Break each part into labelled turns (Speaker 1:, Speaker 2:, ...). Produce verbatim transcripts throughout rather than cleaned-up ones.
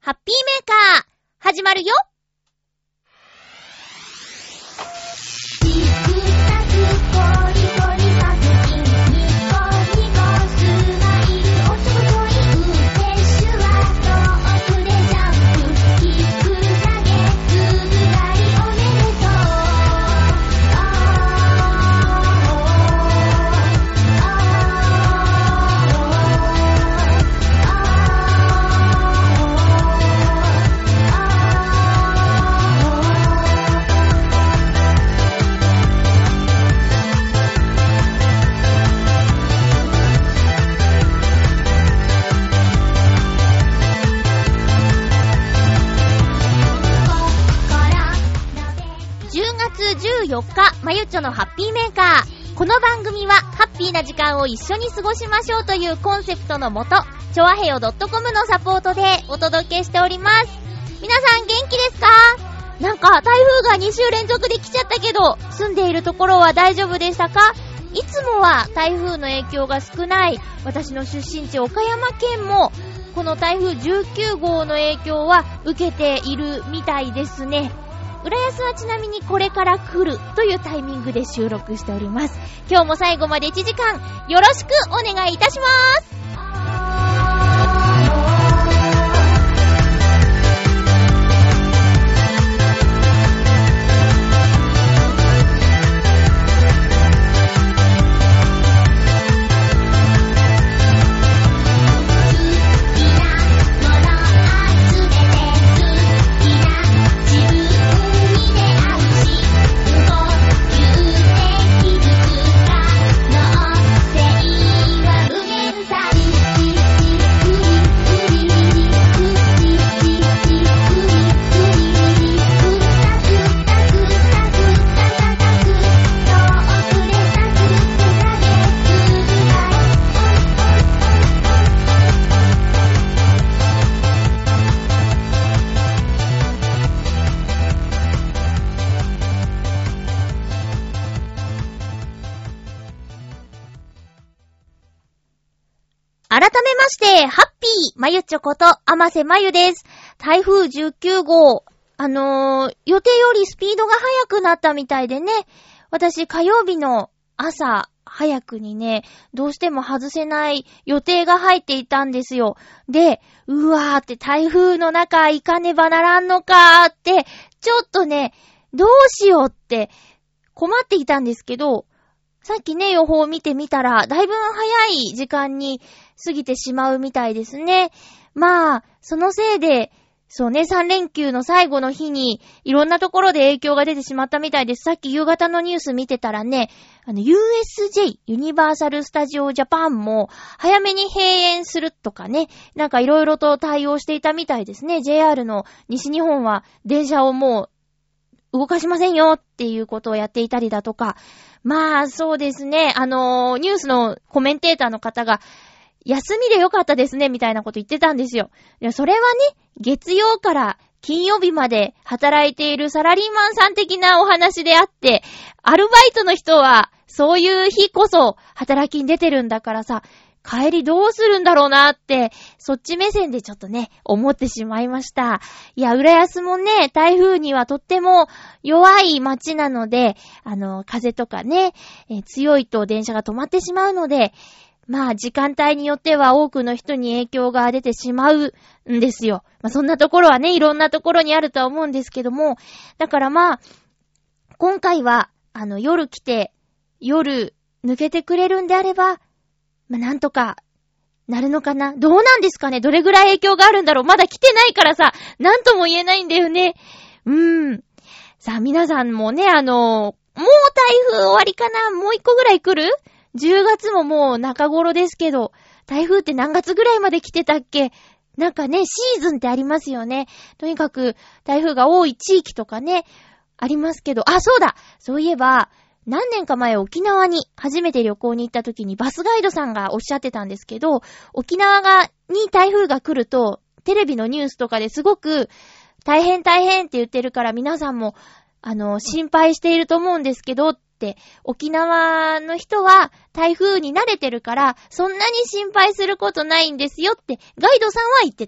Speaker 1: ハッピーメーカー始まるよ。じゅうよっか、まゆっちょのハッピーメーカー。この番組はハッピーな時間を一緒に過ごしましょうというコンセプトのもと、チョアヘヨ .com のサポートでお届けしております。皆さん元気ですか？なんか台風がに週連続で来ちゃったけど、住んでいるところは大丈夫でしたか？いつもは台風の影響が少ない私の出身地岡山県も、この台風じゅうきゅうごうの影響は受けているみたいですね。浦安はちなみにこれから来るというタイミングで収録しております。今日も最後までいちじかんよろしくお願いいたします。改めまして、ハッピーまゆちょこと甘瀬まゆです。台風じゅうきゅうごう、あのー、予定よりスピードが速くなったみたいでね、私火曜日の朝早くにね、どうしても外せない予定が入っていたんですよ。で、うわーって台風の中行かねばならんのかーって、ちょっとね、どうしようって困っていたんですけど、さっきね、予報を見てみたら、だいぶ早い時間に過ぎてしまうみたいですね。まあ、そのせいで、そうね、さん連休の最後の日に、いろんなところで影響が出てしまったみたいです。さっき夕方のニュース見てたらね、あの、ユーエスジェイ、ユニバーサル・スタジオ・ジャパンも、早めに閉園するとかね、なんかいろいろと対応していたみたいですね。ジェイアール の西日本は、電車をもう、動かしませんよっていうことをやっていたりだとか、まあそうですね、あのー、ニュースのコメンテーターの方が休みでよかったですねみたいなこと言ってたんですよ。いや、それはね、月曜から金曜日まで働いているサラリーマンさん的なお話であって、アルバイトの人はそういう日こそ働きに出てるんだからさ、帰りどうするんだろうなって、そっち目線でちょっとね、思ってしまいました。いや、浦安もね、台風にはとっても弱い街なので、あの、風とかね、えー、強いと電車が止まってしまうので、まあ、時間帯によっては多くの人に影響が出てしまうんですよ。まあ、そんなところはね、いろんなところにあるとは思うんですけども、だからまあ、今回は、あの、夜来て、夜抜けてくれるんであれば、まあ、なんとかなるのかな。どうなんですかね。どれぐらい影響があるんだろう。まだ来てないからさ、なんとも言えないんだよね。うーん。さあ皆さんもね、あの、もう台風終わりかな。もう一個ぐらい来る？ じゅう 月ももう中頃ですけど、台風って何月ぐらいまで来てたっけ？なんかね、シーズンってありますよね。とにかく台風が多い地域とかね、ありますけど、あ、そうだ。そういえば、何年か前沖縄に初めて旅行に行った時にバスガイドさんがおっしゃってたんですけど、沖縄がに台風が来るとテレビのニュースとかですごく大変大変って言ってるから皆さんもあの心配していると思うんですけどって、沖縄の人は台風に慣れてるからそんなに心配することないんですよってガイドさんは言ってた。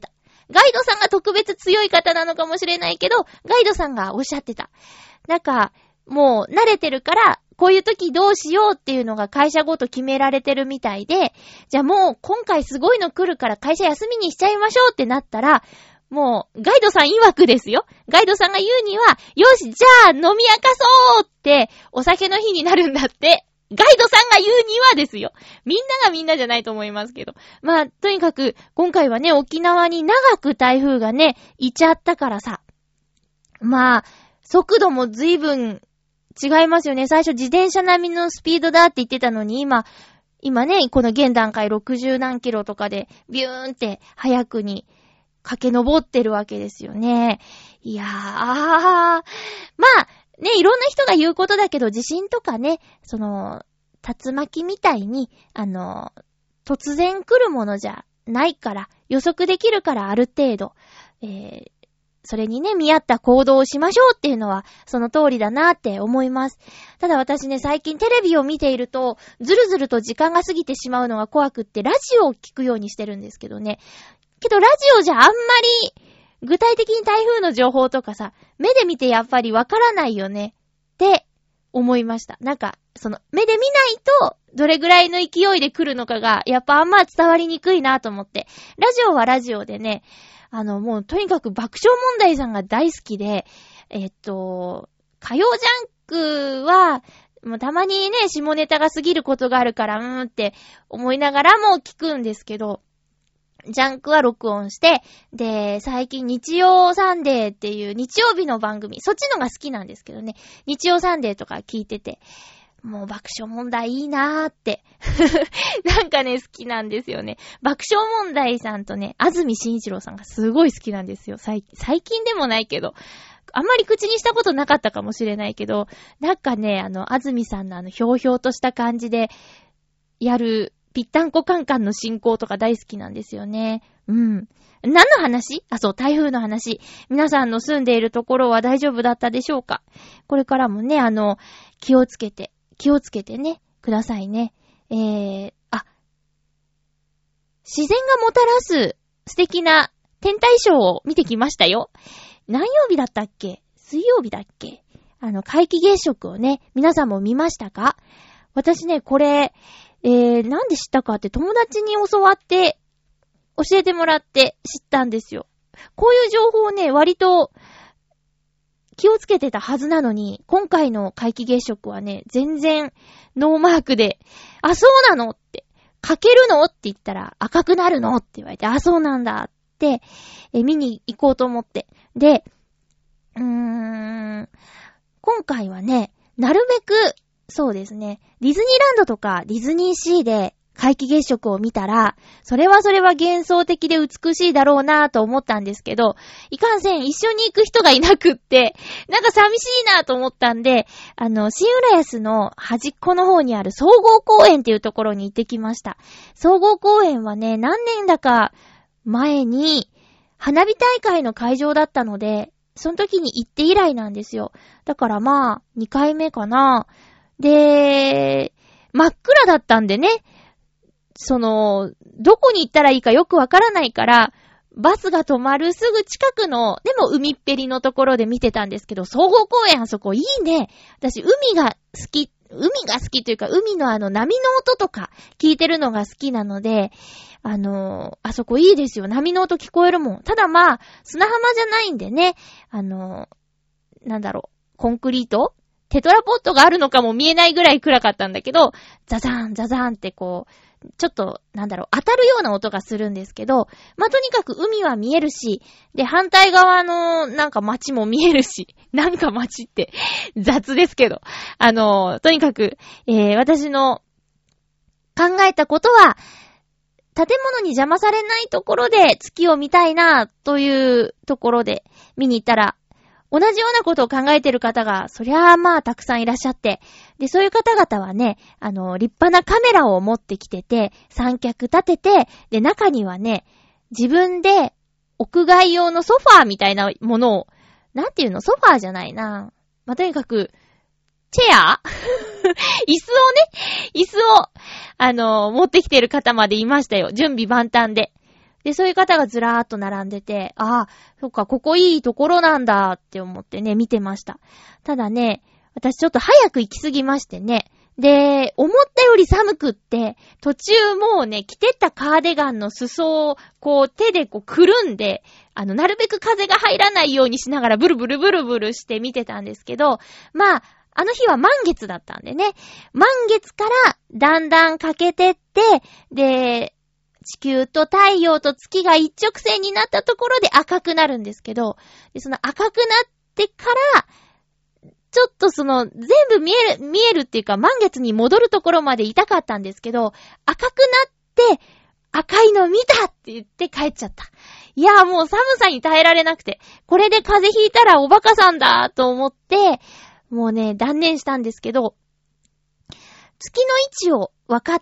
Speaker 1: ガイドさんが特別強い方なのかもしれないけど、ガイドさんがおっしゃってた。なんか、もう慣れてるから、こういう時どうしようっていうのが会社ごと決められてるみたいで、じゃあもう今回すごいの来るから会社休みにしちゃいましょうってなったら、もうガイドさん曰くですよ。ガイドさんが言うには、よし、じゃあ飲み明かそうってお酒の日になるんだって。ガイドさんが言うにはですよ。みんながみんなじゃないと思いますけど。まあ、とにかく今回はね、沖縄に長く台風がね、いちゃったからさ。まあ、速度も随分違いますよね。最初自転車並みのスピードだって言ってたのに、今、今ね、この現段階ろくじゅうなんキロとかでビューンって早くに駆け上ってるわけですよね。いやー、あー、まあ、ね、いろんな人が言うことだけど、地震とかね、その、竜巻みたいに、あの、突然来るものじゃないから、予測できるからある程度、えー、それにね、見合った行動をしましょうっていうのは、その通りだなって思います。ただ私ね、最近テレビを見ていると、ずるずると時間が過ぎてしまうのが怖くって、ラジオを聞くようにしてるんですけどね。けどラジオじゃあんまり、具体的に台風の情報とかさ、目で見てやっぱりわからないよねって思いました。なんか、その、目で見ないと、どれぐらいの勢いで来るのかが、やっぱあんま伝わりにくいなと思って。ラジオはラジオでね、あの、もうとにかく爆笑問題さんが大好きで、えっと、火曜ジャンクは、もうたまにね、下ネタが過ぎることがあるから、うーんって思いながらも聞くんですけど、ジャンクは録音して、で、最近日曜サンデーっていう日曜日の番組、そっちのが好きなんですけどね、日曜サンデーとか聞いてて、もう爆笑問題いいなーって。なんかね、好きなんですよね。爆笑問題さんとね、安住紳一郎さんがすごい好きなんですよ。最, 最近でもないけど。あんまり口にしたことなかったかもしれないけど、なんかね、あの、安住さんのあの、ひょうひょうとした感じで、やる、ぴったんこカンカンの進行とか大好きなんですよね。うん。何の話？あ、そう、台風の話。皆さんの住んでいるところは大丈夫だったでしょうか？これからもね、あの、気をつけて、気をつけてね、くださいね。えー、あ、自然がもたらす素敵な天体ショーを見てきましたよ。何曜日だったっけ？水曜日だっけ？あの、皆既月食をね、皆さんも見ましたか？私ね、これ、えー、なんで知ったかって友達に教わって、教えてもらって知ったんですよ。こういう情報をね、割と気をつけてたはずなのに、今回の皆既月食はね、全然ノーマークで、あ、そうなのって、かけるのって言ったら赤くなるのって言われて、あ、そうなんだって、え見に行こうと思って。で、うーん、今回はね、なるべく、そうですね、ディズニーランドとかディズニーシーで皆既月食を見たら、それはそれは幻想的で美しいだろうなぁと思ったんですけど、いかんせん一緒に行く人がいなくって、なんか寂しいなぁと思ったんで、あの、新浦安の端っこの方にある総合公園っていうところに行ってきました。総合公園はね、何年だか前に花火大会の会場だったので、その時に行って以来なんですよ。だからまあ、にかいめかな。で、真っ暗だったんでね、その、どこに行ったらいいかよくわからないから、バスが止まるすぐ近くの、でも海っぺりのところで見てたんですけど、総合公園あそこいいね。私、海が好き、海が好きというか、海のあの波の音とか聞いてるのが好きなので、あのー、あそこいいですよ。波の音聞こえるもん。ただまあ、砂浜じゃないんでね、あのー、なんだろう、コンクリート？テトラポットがあるのかも見えないぐらい暗かったんだけど、ザザーン、ザザーンってこう、ちょっと、なんだろう、当たるような音がするんですけど、まあ、とにかく海は見えるし、で、反対側の、なんか街も見えるし、なんか街って、雑ですけど、あの、とにかく、えー、私の考えたことは、建物に邪魔されないところで月を見たいな、というところで見に行ったら、同じようなことを考えてる方が、そりゃあまあたくさんいらっしゃって、で、そういう方々はね、あの、立派なカメラを持ってきてて、三脚立てて、で、中にはね、自分で屋外用のソファーみたいなものを、なんていうの、ソファーじゃないな。まあ、とにかく、チェア椅子をね、椅子を、あの、持ってきてる方までいましたよ。準備万端で。 で、そういう方がずらーっと並んでて、ああ、そっか、ここいいところなんだって思ってね、見てました。ただね、私ちょっと早く行き過ぎましてね。で、思ったより寒くって、途中もうね、着てったカーディガンの裾をこう手でこうくるんで、あの、なるべく風が入らないようにしながらブルブルブルブルして見てたんですけど、まあ、あの日は満月だったんでね、満月からだんだん欠けてって、で、地球と太陽と月が一直線になったところで赤くなるんですけど、でその赤くなってから、ちょっとその、全部見える、見えるっていうか満月に戻るところまでいたかったんですけど、赤くなって、赤いの見たって言って帰っちゃった。いやーもう寒さに耐えられなくて、これで風邪ひいたらおバカさんだと思って、もうね、断念したんですけど、月の位置を分かって、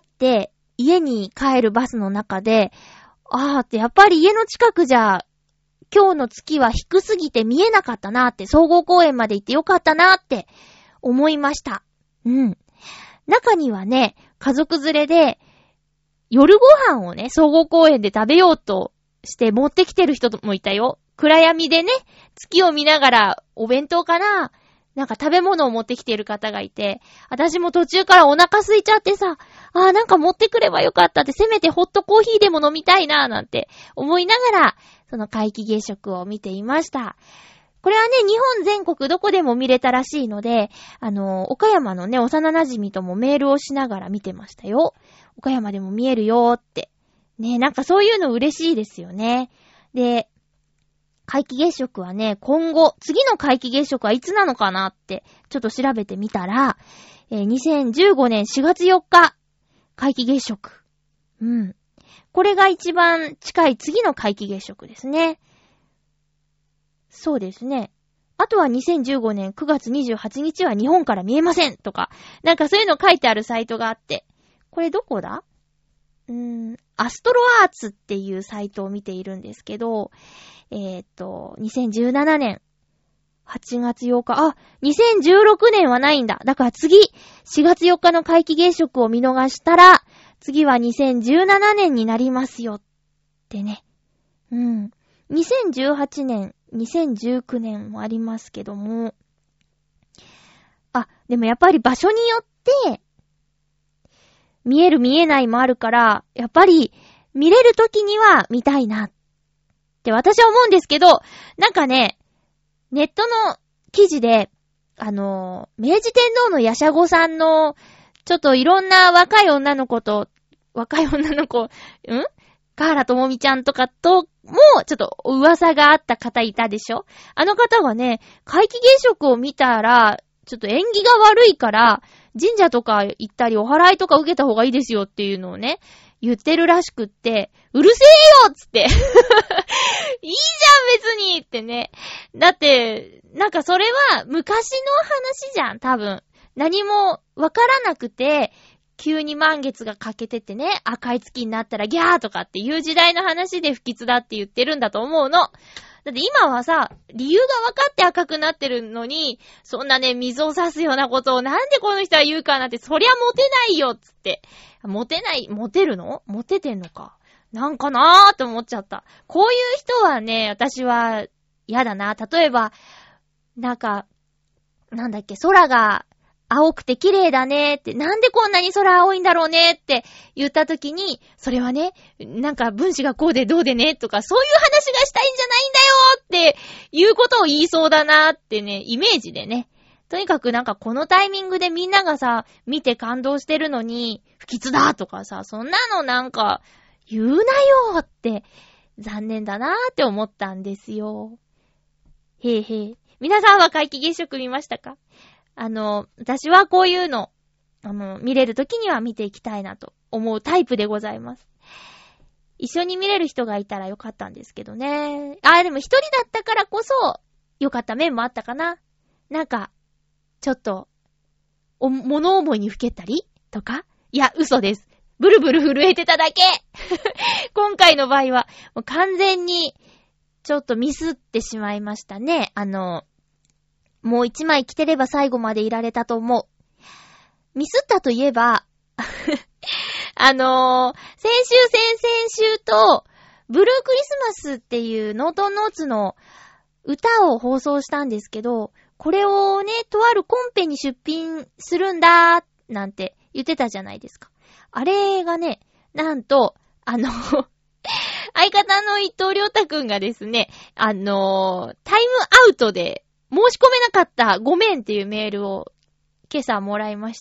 Speaker 1: 家に帰るバスの中で、あーってやっぱり家の近くじゃ、今日の月は低すぎて見えなかったなーって、総合公園まで行ってよかったなーって思いました。うん。中にはね、家族連れで、夜ご飯をね、総合公園で食べようとして持ってきてる人もいたよ。暗闇でね、月を見ながらお弁当かな、なんか食べ物を持ってきている方がいて、私も途中からお腹空いちゃってさ、あーなんか持ってくればよかったって、せめてホットコーヒーでも飲みたいなーなんて思いながら、その皆既月食を見ていました。これはね、日本全国どこでも見れたらしいので、あの、岡山のね、幼馴染ともメールをしながら見てましたよ。岡山でも見えるよーって。ね、なんかそういうの嬉しいですよね。で、皆既月食はね、今後、次の皆既月食はいつなのかなって、ちょっと調べてみたら、えー、にせんじゅうごねんしがつよっか、皆既月食。うん。これが一番近い次の皆既月食ですね。そうですね。あとはにせんじゅうごねんくがつにじゅうはちにちは日本から見えませんとか、なんかそういうの書いてあるサイトがあって、これどこだ？うーん、アストロアーツっていうサイトを見ているんですけど、えっと、にせんじゅうななねんはちがつようか、あ、にせんじゅうろくねんはないんだ。だから次、しがつよっかの皆既月食を見逃したら、次はにせんじゅうななねんになりますよってね。うん。にせんじゅうはちねん、にせんじゅうきゅうねんもありますけども。あ、でもやっぱり場所によって、見える見えないもあるから、やっぱり見れるときには見たいなって私は思うんですけど、なんかね、ネットの記事で、あの、明治天皇のヤシャゴさんの、ちょっといろんな若い女の子と、若い女の子、んカーラともみちゃんとかとも、ちょっと噂があった方いたでしょ？あの方がね、皆既月食を見たら、ちょっと縁起が悪いから、神社とか行ったりお祓いとか受けた方がいいですよっていうのをね、言ってるらしくって、うるせえよっつって。いいじゃん別にってね。だって、なんかそれは昔の話じゃん、多分。何もわからなくて、急に満月が欠けててね、赤い月になったらギャーとかっていう時代の話で不吉だって言ってるんだと思うの。だって今はさ、理由が分かって赤くなってるのに、そんなね、水を差すようなことをなんでこの人は言うかなって、そりゃモテないよっつって。モテない、モテるの？モテてんのか。なんかなーって思っちゃった。こういう人はね、私は嫌だな。例えば、なんか、なんだっけ、空が青くて綺麗だねって、なんでこんなに空青いんだろうねって言ったときに、それはね、なんか分子がこうでどうでねとか、そういう話がしたいんじゃないんだよっていうことを言いそうだなってね、イメージでね。とにかくなんかこのタイミングでみんながさ、見て感動してるのに、不吉だとかさ、そんなのなんか言うなよって、残念だなーって思ったんですよ。へいへい。皆さんは皆既月食見ましたか？あの、私はこういうの、あの、見れるときには見ていきたいなと思うタイプでございます。一緒に見れる人がいたらよかったんですけどね。あーでも一人だったからこそ、よかった面もあったかな。なんか、ちょっと、お、物思いにふけたりとか？いや、嘘です。ブルブル震えてただけ今回の場合は、もう完全に、ちょっとミスってしまいましたね。あの、もう一枚着てれば最後までいられたと思う。ミスったといえば、あのー、先週先々週と、 ブルークリスマスっていうノートンノーツの歌を放送したんですけど、これをね、とあるコンペに出品するんだ、なんて言ってたじゃないですか。あれがね、なんと、あの、相方の伊藤亮太くんがですね、あの、タイムアウトで申し込めなかったごめんっていうメールを今朝もらいまして。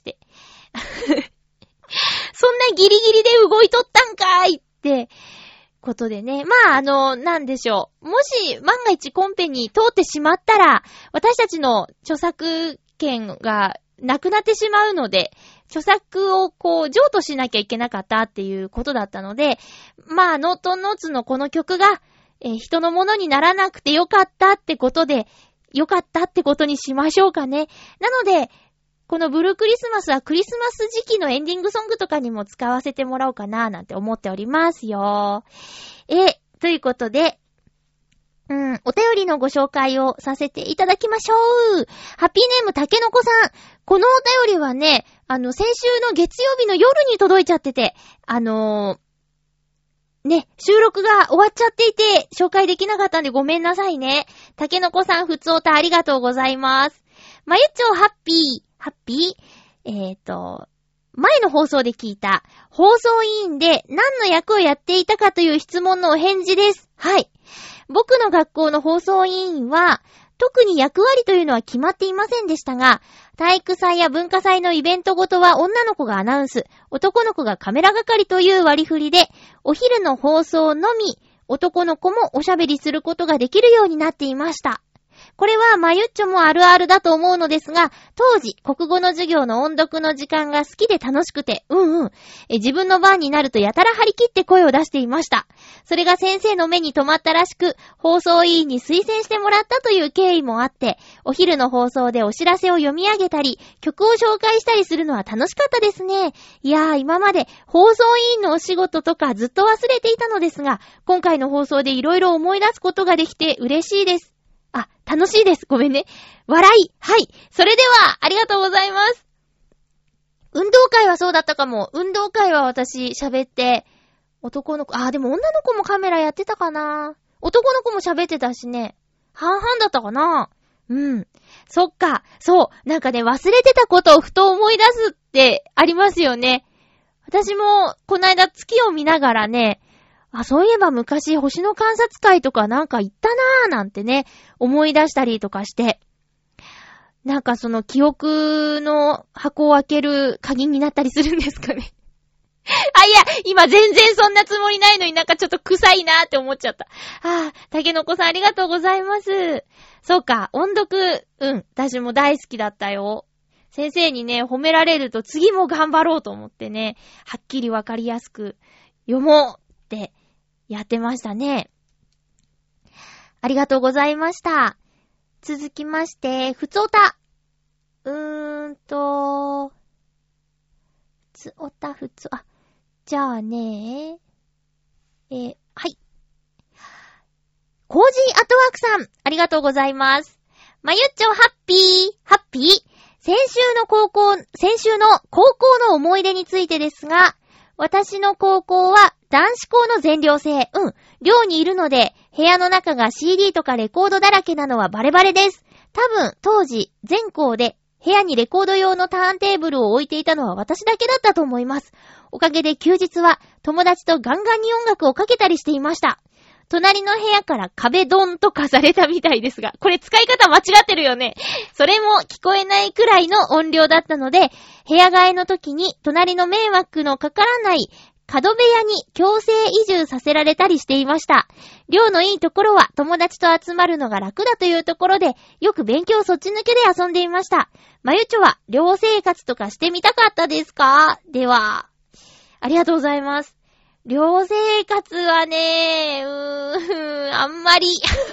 Speaker 1: そんなギリギリで動いとったんかいってことでね。まあ、あの、なんでしょう。もし万が一コンペに通ってしまったら、私たちの著作権がなくなってしまうので、著作をこう譲渡しなきゃいけなかったっていうことだったので、まあノートンノーツのこの曲が、えー、人のものにならなくてよかったってことで、よかったってことにしましょうかね。なのでこのブルークリスマスはクリスマス時期のエンディングソングとかにも使わせてもらおうかななんて思っておりますよ。えということで、うん、お便りのご紹介をさせていただきましょう。ハッピーネームたけのこさん。このお便りはね、あの、先週の月曜日の夜に届いちゃってて、あのー、ね、収録が終わっちゃっていて、紹介できなかったんでごめんなさいね。たけのこさん、ふつおたありがとうございます。まゆっちょハッピー、ハッピーえーと、前の放送で聞いた、放送委員で何の役をやっていたかという質問のお返事です。はい。僕の学校の放送委員は、特に役割というのは決まっていませんでしたが、体育祭や文化祭のイベントごとは女の子がアナウンス、男の子がカメラ係という割り振りで、お昼の放送のみ、男の子もおしゃべりすることができるようになっていました。これはまゆっちょもあるあるだと思うのですが、当時国語の授業の音読の時間が好きで楽しくて、うんうんえ自分の番になるとやたら張り切って声を出していました。それが先生の目に留まったらしく、放送委員に推薦してもらったという経緯もあって、お昼の放送でお知らせを読み上げたり、曲を紹介したりするのは楽しかったですね。いやー、今まで放送委員のお仕事とかずっと忘れていたのですが、今回の放送でいろいろ思い出すことができて嬉しいです。あ、楽しいです。ごめんね。笑い。はい。それでは、ありがとうございます。運動会はそうだったかも。運動会は私喋って、男の子、あ、でも女の子もカメラやってたかな。男の子も喋ってたしね。半々だったかな。うん。そっか。そう。なんかね、忘れてたことをふと思い出すってありますよね。私も、この間月を見ながらね、あ、そういえば昔星の観察会とかなんか行ったなーなんてね、思い出したりとかして、なんかその記憶の箱を開ける鍵になったりするんですかね。あ、いや、今全然そんなつもりないのになんかちょっと臭いなーって思っちゃった。あー、たけのこさんありがとうございます。そうか、音読、うん、私も大好きだったよ。先生にね、褒められると次も頑張ろうと思ってね、はっきりわかりやすく読もうってやってましたね。ありがとうございました。続きまして、ふつおた。うーんと、ふつおたふつ、あ、じゃあね、えー、はい。コージーアットワークさん、ありがとうございます。まゆっちょハッピー、ハッピー。先週の高校、先週の高校の思い出についてですが、私の高校は男子校の全寮制。うん。寮にいるので、部屋の中が シーディー とかレコードだらけなのはバレバレです。多分、当時、全校で部屋にレコード用のターンテーブルを置いていたのは私だけだったと思います。おかげで休日は友達とガンガンに音楽をかけたりしていました。隣の部屋から壁ドンとかされたみたいですが、これ使い方間違ってるよね。それも聞こえないくらいの音量だったので、部屋替えの時に隣の迷惑のかからない角部屋に強制移住させられたりしていました。寮のいいところは友達と集まるのが楽だというところで、よく勉強そっち抜けで遊んでいました。まゆちょは寮生活とかしてみたかったですか？では、ありがとうございます。寮生活はね、うーん、あんまり、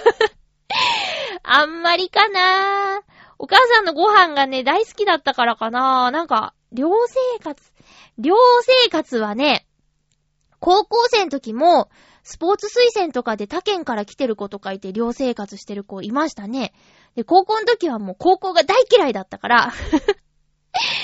Speaker 1: あんまりかな。お母さんのご飯がね、大好きだったからかな。なんか、寮生活、寮生活はね、高校生の時も、スポーツ推薦とかで他県から来てる子とかいて寮生活してる子いましたね。で、高校の時はもう高校が大嫌いだったから、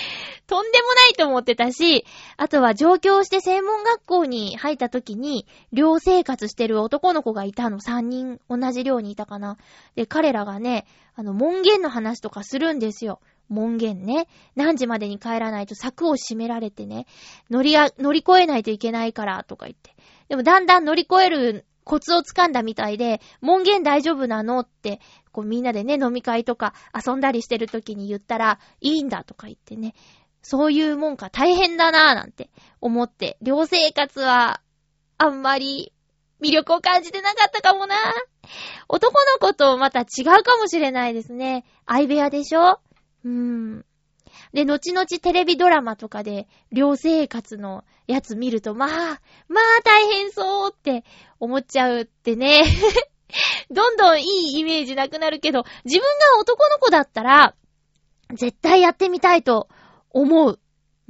Speaker 1: とんでもないと思ってたし、あとは上京して専門学校に入った時に、寮生活してる男の子がいたの。さんにん同じ寮にいたかな。で、彼らがね、あの、門限の話とかするんですよ。門限ね。何時までに帰らないと柵を閉められてね、乗りあ、乗り越えないといけないからとか言って。でもだんだん乗り越えるコツをつかんだみたいで、門限大丈夫なのって、こうみんなでね、飲み会とか遊んだりしてる時に言ったら、いいんだとか言ってね、そういうもんか大変だなぁなんて思って、寮生活はあんまり魅力を感じてなかったかもなぁ。男の子とまた違うかもしれないですね。相部屋でしょ？うーん。で、後々テレビドラマとかで寮生活のやつ見ると、まあ、まあ大変そうって思っちゃうってね。どんどんいいイメージなくなるけど、自分が男の子だったら、絶対やってみたいと思う。うん。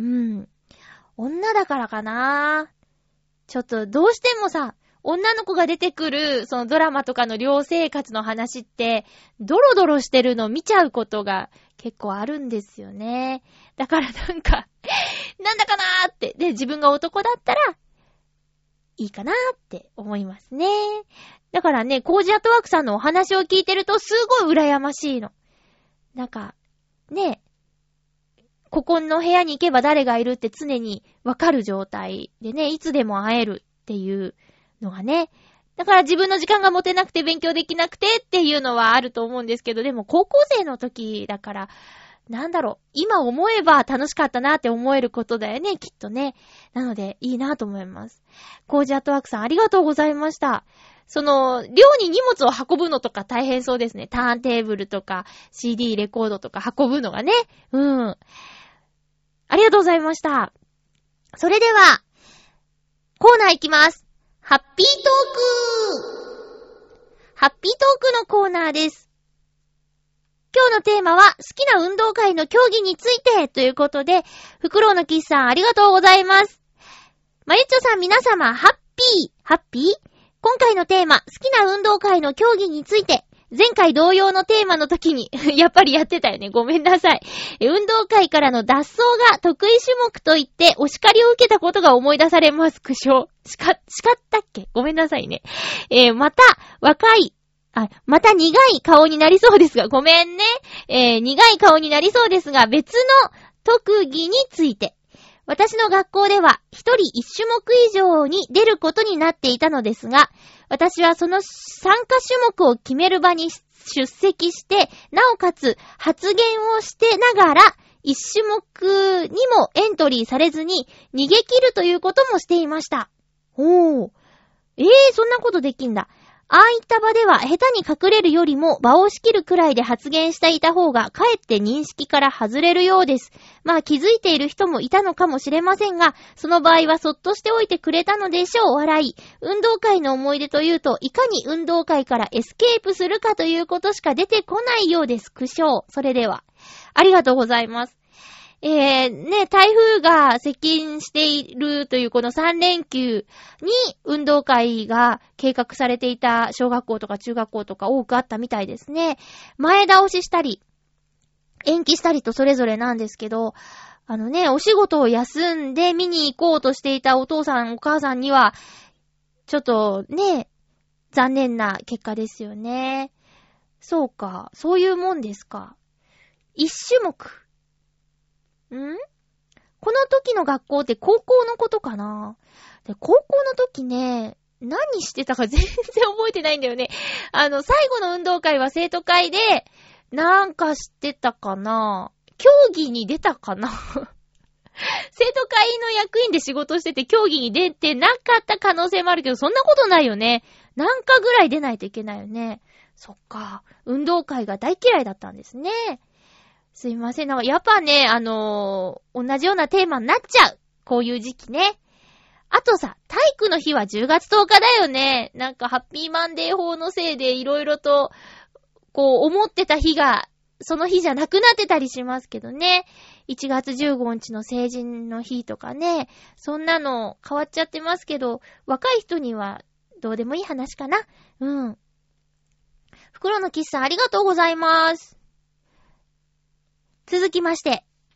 Speaker 1: 女だからかな。ちょっとどうしてもさ、女の子が出てくるそのドラマとかの寮生活の話って、ドロドロしてるの見ちゃうことが結構あるんですよね。だからなんか、なんだかなーって。で、自分が男だったら、いいかなーって思いますね。だからね、コージアットワークさんのお話を聞いてるとすごい羨ましいの。なんか、ね、ここの部屋に行けば誰がいるって常にわかる状態でね、いつでも会えるっていうのがね。だから自分の時間が持てなくて勉強できなくてっていうのはあると思うんですけど、でも高校生の時だから、なんだろう、今思えば楽しかったなって思えることだよね、きっとね。なので、いいなと思います。コージアットワークさんありがとうございました。その、寮に荷物を運ぶのとか大変そうですね。ターンテーブルとか シーディー レコードとか運ぶのがね。うん。ありがとうございました。それでは、コーナーいきます。ハッピートークハッピートークのコーナーです。今日のテーマは好きな運動会の競技についてということで、フクロウのキスさんありがとうございます。まゆっちょさん皆様ハッピーハッピー今回のテーマ好きな運動会の競技について、前回同様のテーマの時にやっぱりやってたよね。ごめんなさい。運動会からの脱走が得意種目と言ってお叱りを受けたことが思い出されます。苦笑。しか、叱ったっけ？ごめんなさいね。えー、また若いあ、また苦い顔になりそうですが、ごめんね。えー、苦い顔になりそうですが、別の特技について。私の学校では一人一種目以上に出ることになっていたのですが、私はその参加種目を決める場に出席して、なおかつ発言をしてながら、一種目にもエントリーされずに逃げ切るということもしていました。おー。えー、そんなことできんだ。ああいった場では下手に隠れるよりも場を仕切るくらいで発言していた方がかえって認識から外れるようです。まあ気づいている人もいたのかもしれませんが、その場合はそっとしておいてくれたのでしょう。笑い。運動会の思い出というと、いかに運動会からエスケープするかということしか出てこないようです。苦笑。それでは。ありがとうございます。えー、ね、台風が接近しているというこのさん連休に運動会が計画されていた小学校とか中学校とか多くあったみたいですね。前倒ししたり、延期したりとそれぞれなんですけど、あのね、お仕事を休んで見に行こうとしていたお父さんお母さんには、ちょっとね、残念な結果ですよね。そうか、そういうもんですか。一種目。ん？この時の学校って高校のことかな？で、高校の時ね、何してたか全然覚えてないんだよね。あの、最後の運動会は生徒会で、なんかしてたかな？競技に出たかな？生徒会の役員で仕事してて競技に出てなかった可能性もあるけど、そんなことないよね。なんかぐらい出ないといけないよね。そっか。運動会が大嫌いだったんですね。すいません。なんかやっぱね、あのー、同じようなテーマになっちゃう。こういう時期ね。あとさ、体育の日はじゅうがつとおかだよね。なんかハッピーマンデー法のせいでいろいろと、こう思ってた日が、その日じゃなくなってたりしますけどね。いちがつじゅうごにちの成人の日とかね。そんなの変わっちゃってますけど、若い人にはどうでもいい話かな。うん。袋のキスさんありがとうございます。続きまして、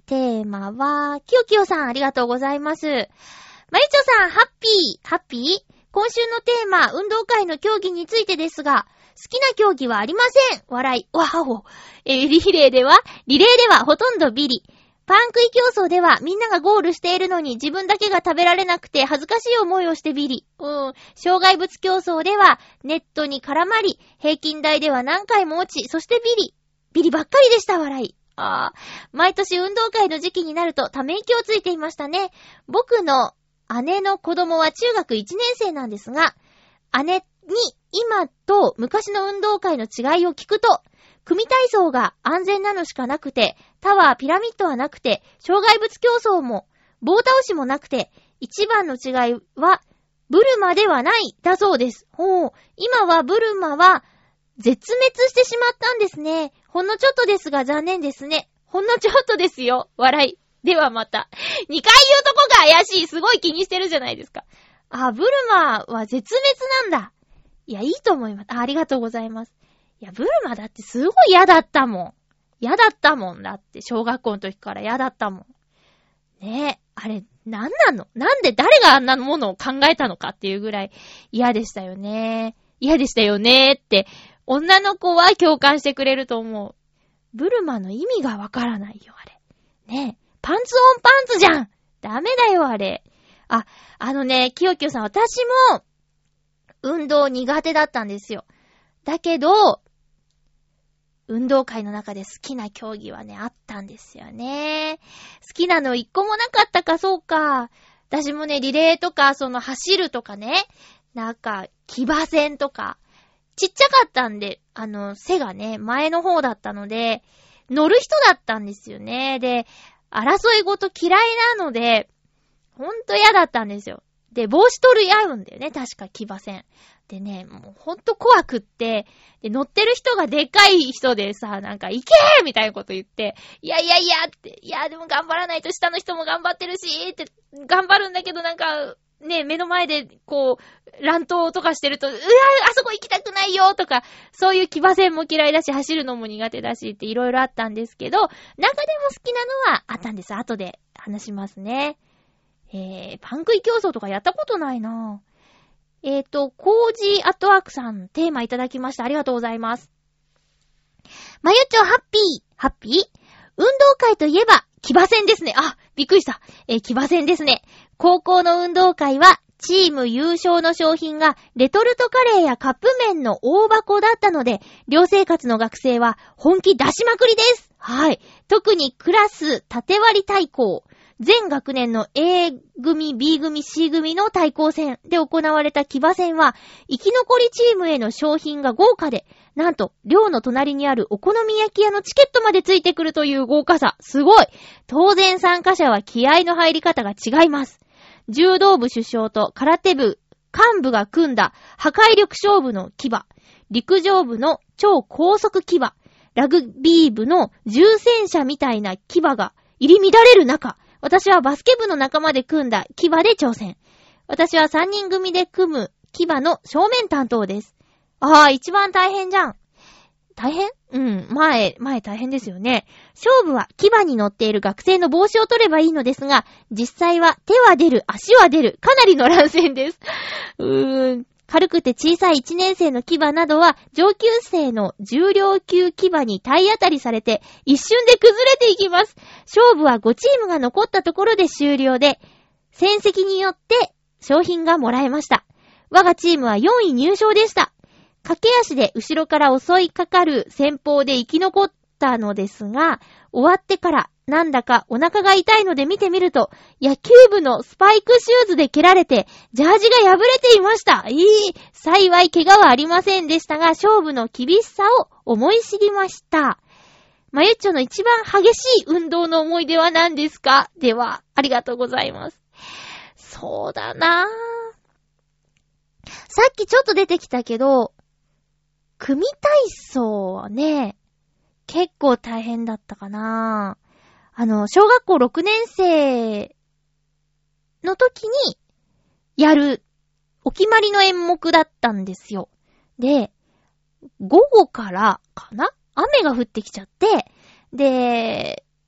Speaker 1: テーマは、きよきよさんありがとうございます。まゆちょさん、ハッピー、ハッピー今週のテーマ、運動会の競技についてですが、好きな競技はありません。笑い。わお。えー、リレーでは、リレーではほとんどビリ。パン食い競争ではみんながゴールしているのに自分だけが食べられなくて恥ずかしい思いをしてビリ。うん。障害物競争ではネットに絡まり、平均台では何回も落ち、そしてビリ。ビリばっかりでした、笑い。ああ。毎年運動会の時期になるとため息をついていましたね。僕の姉の子供は中学いちねん生なんですが、姉に今と昔の運動会の違いを聞くと、組体操が安全なのしかなくて、タワー、ピラミッドはなくて、障害物競争も棒倒しもなくて、一番の違いはブルマではないだそうです。ほう、今はブルマは絶滅してしまったんですね。ほんのちょっとですが残念ですね。ほんのちょっとですよ。笑い。ではまた。にかい言うとこが怪しい。すごい気にしてるじゃないですか。あ、ブルマは絶滅なんだ。いや、いいと思います。あ、ありがとうございます。いや、ブルマだってすごい嫌だったもん。嫌だったもんだって、小学校の時から嫌だったもん。ねえ、あれ、なんなの？なんで誰があんなものを考えたのかっていうぐらい嫌でしたよね。嫌でしたよねって、女の子は共感してくれると思う。ブルマの意味がわからないよ、あれ。ねえ、パンツオンパンツじゃん！ダメだよ、あれ。あ、あのね、きよきよさん、私も、運動苦手だったんですよ。だけど、運動会の中で好きな競技はね、あったんですよね。好きなの一個もなかったか、そうか。私もね、リレーとか、その走るとかね、なんか、騎馬戦とか、ちっちゃかったんで、あの、背がね、前の方だったので、乗る人だったんですよね。で、争いごと嫌いなので、ほんと嫌だったんですよ。で、帽子取り合うんだよね、確か騎馬戦。でね、もうほんと怖くって、で、乗ってる人がでかい人でさ、なんか、行けーみたいなこと言って、いやいやいやって、いやでも頑張らないと下の人も頑張ってるし、って、頑張るんだけどなんか、ね、目の前で、こう、乱闘とかしてると、うわー、あそこ行きたくないよとか、そういう騎馬戦も嫌いだし、走るのも苦手だしっていろいろあったんですけど、中でも好きなのはあったんです。後で話しますね。えー、パン食い競争とかやったことないなぁ。えーと、コージーアットワークさん、テーマいただきました。ありがとうございます。まゆちょハッピー、ハッピー運動会といえば、騎馬戦ですね。あ、びっくりした。えー、騎馬戦ですね。高校の運動会は、チーム優勝の商品が、レトルトカレーやカップ麺の大箱だったので、寮生活の学生は、本気出しまくりです。はい。特にクラス縦割り対抗。全学年の A 組、B 組、C 組の対抗戦で行われた騎馬戦は、生き残りチームへの賞品が豪華で、なんと、寮の隣にあるお好み焼き屋のチケットまでついてくるという豪華さ。すごい！当然参加者は気合の入り方が違います。柔道部主将と空手部、幹部が組んだ破壊力勝負の騎馬、陸上部の超高速騎馬、ラグビー部の重戦車みたいな騎馬が入り乱れる中、私はバスケ部の仲間で組んだ騎馬で挑戦。私はさんにん組で組む騎馬の正面担当です。ああ、一番大変じゃん。大変？うん、前、前大変ですよね。勝負は騎馬に乗っている学生の帽子を取ればいいのですが、実際は手は出る、足は出る、かなりの乱戦です。うーん。軽くて小さいいちねん生の騎馬などは上級生の重量級騎馬に体当たりされて一瞬で崩れていきます。勝負はごチームが残ったところで終了で、戦績によって賞品がもらえました。我がチームはよんい入賞でした。駆け足で後ろから襲いかかる戦法で生き残ったのですが、終わってからなんだかお腹が痛いので見てみると、野球部のスパイクシューズで蹴られて、ジャージが破れていました。いい、幸い怪我はありませんでしたが、勝負の厳しさを思い知りました。まゆっちょの一番激しい運動の思い出は何ですか？では、ありがとうございます。そうだなぁ。さっきちょっと出てきたけど、組体操はね、結構大変だったかなぁ。あの、小学校ろくねん生の時にやるお決まりの演目だったんですよ。で、午後からかな？雨が降ってきちゃって、で、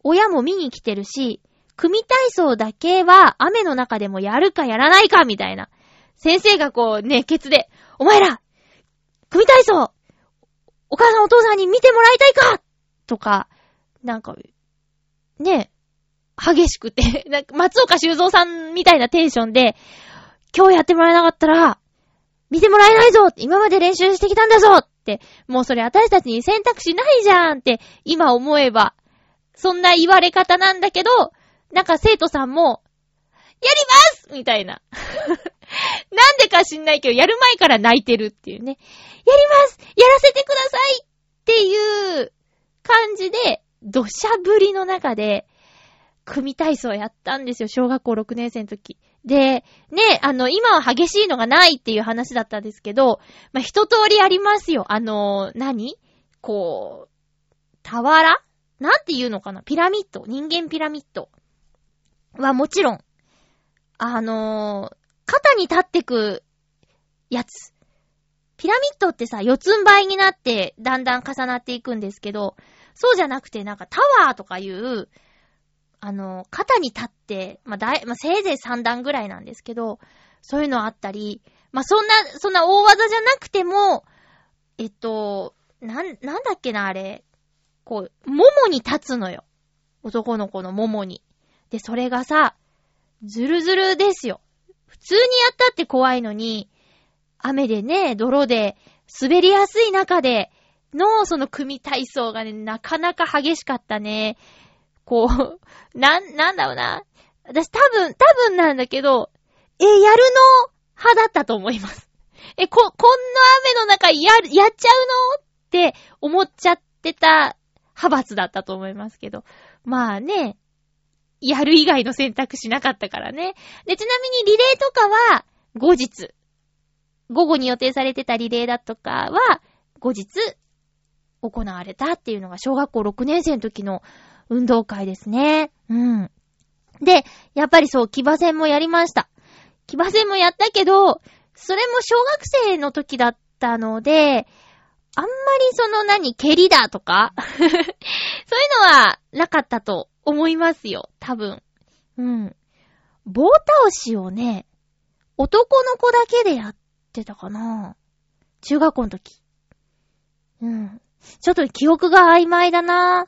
Speaker 1: 親も見に来てるし、組体操だけは雨の中でもやるかやらないかみたいな。先生がこうね、ケツで、お前ら組体操お母さんお父さんに見てもらいたいかとか、なんか、ね、激しくて、なんか松岡修造さんみたいなテンションで、今日やってもらえなかったら、見てもらえないぞ今まで練習してきたんだぞって、もうそれ私たちに選択肢ないじゃんって、今思えば、そんな言われ方なんだけど、なんか生徒さんも、やりますみたいな。なんでか知んないけど、やる前から泣いてるっていうね。やりますやらせてくださいっていう感じで、土砂降りの中で、組体操やったんですよ、小学校ろくねん生の時。で、ね、あの、今は激しいのがないっていう話だったんですけど、まあ、一通りありますよ。あの、何こう、俵なんていうのかなピラミッド人間ピラミッドはもちろん、あのー、肩に立ってくやつ。ピラミッドってさ、四つん這いになってだんだん重なっていくんですけど、そうじゃなくてなんかタワーとかいう、あのー、肩に立って、まあ、だい、まあ、せいぜいさん段ぐらいなんですけど、そういうのあったり、まあ、そんな、そんな大技じゃなくても、えっと、なん、なんだっけなあれ、こう、ももに立つのよ。男の子のももに。で、それがさ、ずるずるですよ。普通にやったって怖いのに、雨でね、泥で滑りやすい中でのその組体操がね、なかなか激しかったね。こう、なん、なんだろうな。私多分、多分なんだけど、え、やるの派だったと思います。え、こ、こんな雨の中や、やっちゃうのって思っちゃってた派閥だったと思いますけど。まあね、やる以外の選択しなかったからね。で、ちなみにリレーとかは後日。午後に予定されてたリレーだとかは後日行われたっていうのが小学校ろくねん生の時の運動会ですね。うん。で、やっぱりそう、騎馬戦もやりました。騎馬戦もやったけど、それも小学生の時だったので、あんまりその何、蹴りだとかそういうのはなかったと思いますよ、多分。うん。棒倒しをね、男の子だけでやってたかな。中学校の時。うん。ちょっと記憶が曖昧だな。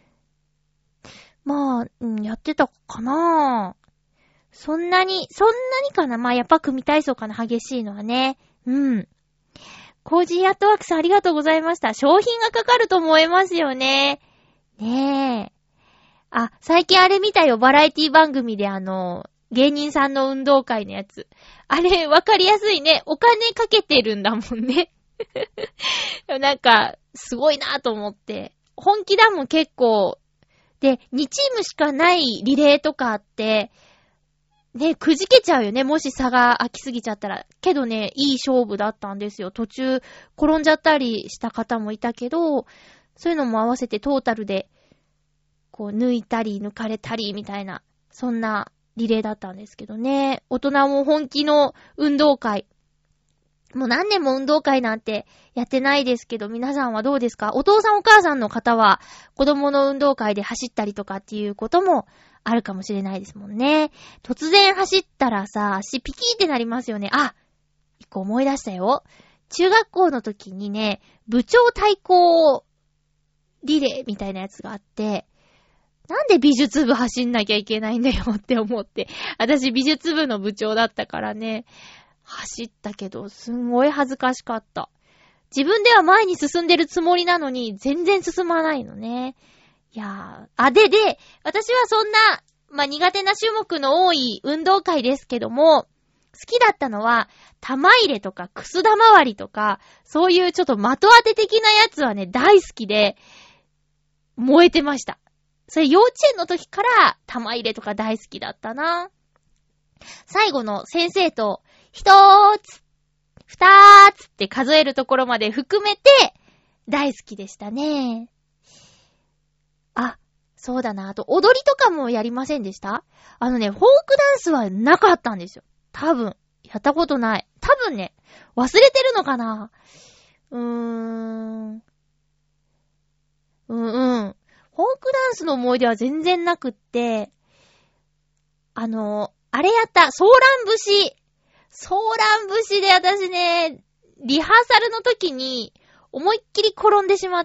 Speaker 1: まあ、うん、やってたかな。そんなに、そんなにかな。まあ、やっぱ組体操かな、激しいのはね。うん。コージーアットワークスありがとうございました。商品がかかると思いますよね。ねえ。あ、最近あれ見たよ。バラエティ番組であの、芸人さんの運動会のやつ。あれ、わかりやすいね。お金かけてるんだもんね。なんか、すごいなと思って。本気だもん、結構。で、にチームしかないリレーとかあって、ね、くじけちゃうよね。もし差が空きすぎちゃったら。けどね、いい勝負だったんですよ。途中、転んじゃったりした方もいたけど、そういうのも合わせてトータルで、こう、抜いたり抜かれたりみたいな、そんなリレーだったんですけどね。大人も本気の運動会。もう何年も運動会なんてやってないですけど、皆さんはどうですか？お父さんお母さんの方は子供の運動会で走ったりとかっていうこともあるかもしれないですもんね。突然走ったらさ、足ピキーってなりますよね。あ、一個思い出したよ。中学校の時にね、部長対抗リレーみたいなやつがあって、なんで美術部走んなきゃいけないんだよって思って。私美術部の部長だったからね。走ったけど、すんごい恥ずかしかった。自分では前に進んでるつもりなのに、全然進まないのね。いやー。あ、で、で、私はそんな、まあ、苦手な種目の多い運動会ですけども、好きだったのは、玉入れとか、くす玉割りとか、そういうちょっと的当て的なやつはね、大好きで、燃えてました。それ幼稚園の時から玉入れとか大好きだったな。最後の先生と一つ、二つって数えるところまで含めて大好きでしたね。あ、そうだな。あと踊りとかもやりませんでした？あのね、フォークダンスはなかったんですよ。多分。やったことない。多分ね、忘れてるのかな？うーん。うんうん。フォークダンンスの思い出は全然なくって、あの、あれやった、ソーラン節。ソーラン節で私ね、リハーサルの時に思いっきり転んでしまって、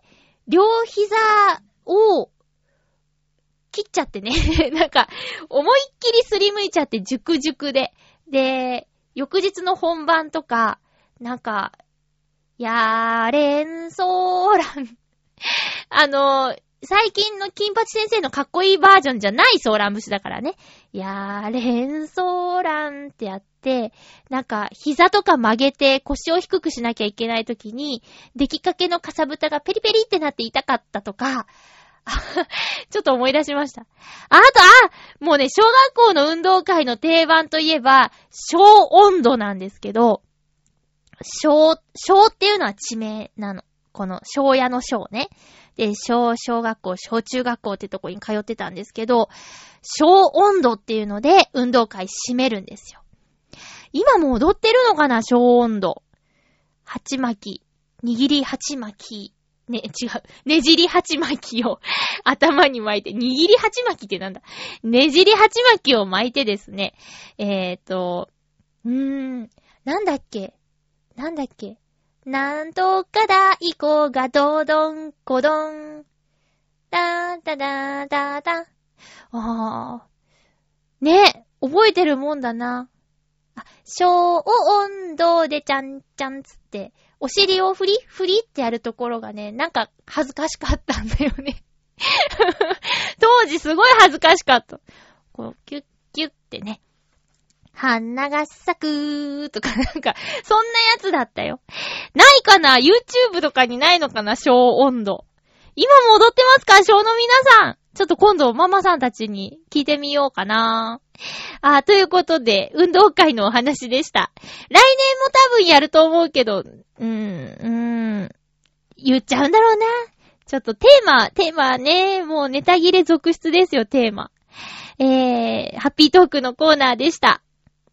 Speaker 1: 両膝を切っちゃってね。なんか、思いっきりすりむいちゃって、熟熟で。で、翌日の本番とか、なんか、やーれんソーラン。あの、最近の金八先生のかっこいいバージョンじゃないソーラン節だからね。やーれんソーランってやって、なんか膝とか曲げて腰を低くしなきゃいけないときに、出来かけのかさぶたがペリペリってなって痛かったとか、ちょっと思い出しました。あと、あもうね、小学校の運動会の定番といえば、小温度なんですけど、小、小っていうのは地名なの。この小屋の小ね。で、小、小学校、小中学校ってとこに通ってたんですけど、小温度っていうので運動会締めるんですよ。今も踊ってるのかな、小温度。鉢巻き、握り鉢巻き、ね、違う、ねじり鉢巻きを頭に巻いて、握り鉢巻きってなんだ？ねじり鉢巻きを巻いてですね、えーと、うーん、なんだっけなんだっけなんとかだいこがどどんこどん。だーだだだだ。あー。ね、覚えてるもんだな。あ、小温度でちゃんちゃんつって、お尻をフリフリってやるところがね、なんか恥ずかしかったんだよね。当時すごい恥ずかしかった。こう、キュッキュッってね。花が咲くとかなんか、そんなやつだったよ。ないかな ?YouTube とかにないのかな小温度。今も踊ってますか小の皆さん。ちょっと今度ママさんたちに聞いてみようかな。あ、ということで、運動会のお話でした。来年も多分やると思うけど、うーん、うーん、言っちゃうんだろうな。ちょっとテーマ、テーマね、もうネタ切れ続出ですよ、テーマ。えー、ハッピートークのコーナーでした。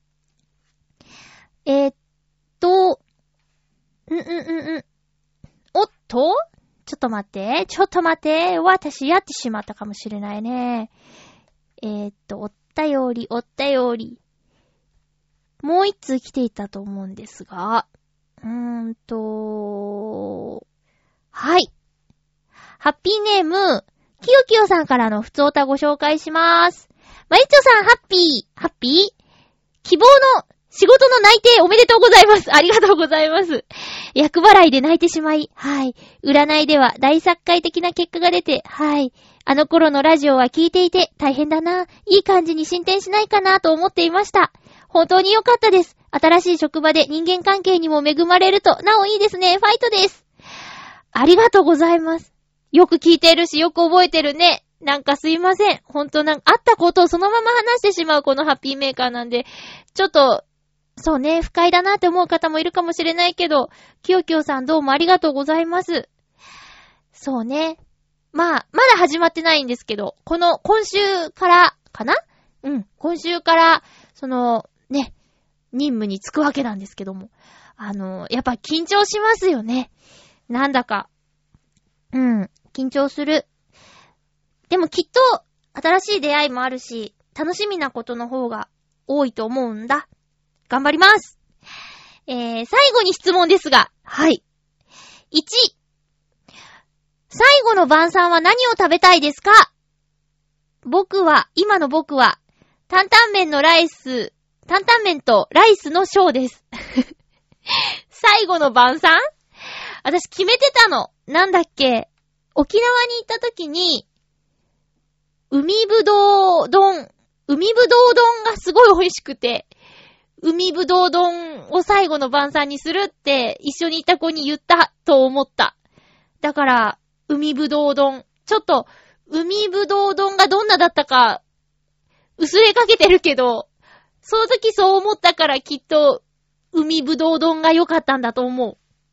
Speaker 1: えー、っと、うんうんうんうん。おっとちょっと待って、ちょっと待って、私やってしまったかもしれないね。えー、っと、おったより、おったより。もう一通来ていたと思うんですが、うーんと、はい。ハッピーネーム、きよきよさんからのふつおたご紹介します。まゆちょさん、ハッピー、ハッピー希望の仕事の内定おめでとうございます。ありがとうございます。厄払いで泣いてしまい、はい。占いでは大作界的な結果が出て、はい。あの頃のラジオは聞いていて大変だな、いい感じに進展しないかなと思っていました。本当に良かったです。新しい職場で人間関係にも恵まれると、なおいいですね。ファイトです。ありがとうございます。よく聞いてるし、よく覚えてるね。なんかすいません。本当なんか、あったことをそのまま話してしまうこのハッピーメーカーなんで、ちょっと、そうね、不快だなって思う方もいるかもしれないけど、きよきよさんどうもありがとうございます。そうね。まあ、まだ始まってないんですけど、この、今週からかな？うん、今週から、その、ね、任務に就くわけなんですけども。あの、やっぱ緊張しますよね。なんだか。うん、緊張する。でもきっと、新しい出会いもあるし、楽しみなことの方が多いと思うんだ。頑張ります。えー、最後に質問ですが、はい。いち、最後の晩餐は何を食べたいですか？僕は、今の僕は、担々麺のライス、担々麺とライスのショーです。最後の晩餐？私決めてたの。なんだっけ？沖縄に行った時に、海ぶどう丼、海ぶどう丼がすごい美味しくて、海ぶどう丼を最後の晩餐にするって一緒にいた子に言ったと思った。だから、海ぶどう丼。ちょっと、海ぶどう丼がどんなだったか、薄れかけてるけど、その時そう思ったからきっと、海ぶどう丼が良かったんだと思う。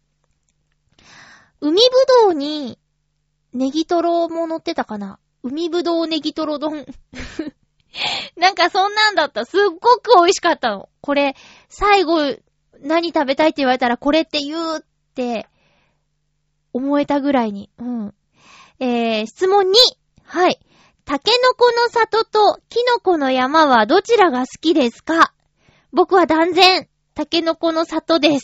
Speaker 1: 海ぶどうに、ネギトロも乗ってたかな？海ぶどうネギトロ丼。なんかそんなんだった。すっごく美味しかったの。これ、最後、何食べたいって言われたらこれって言うって、思えたぐらいに。うん。えー、質問に、 はい。タケノコの里とキノコの山はどちらが好きですか？僕は断然、タケノコの里です。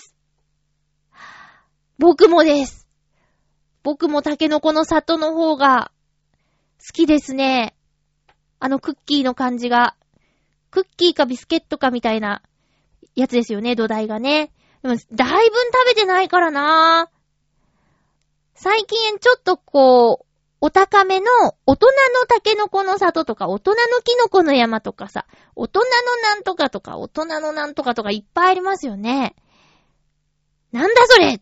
Speaker 1: 僕もです。僕もタケノコの里の方が好きですね。あのクッキーの感じが。クッキーかビスケットかみたいなやつですよね、土台がね。でも、だいぶん食べてないからな。最近ちょっとこう、お高めの大人のタケノコの里とか、大人のキノコの山とかさ、大人のなんとかとか、大人のなんとかとかいっぱいありますよね。なんだそれって。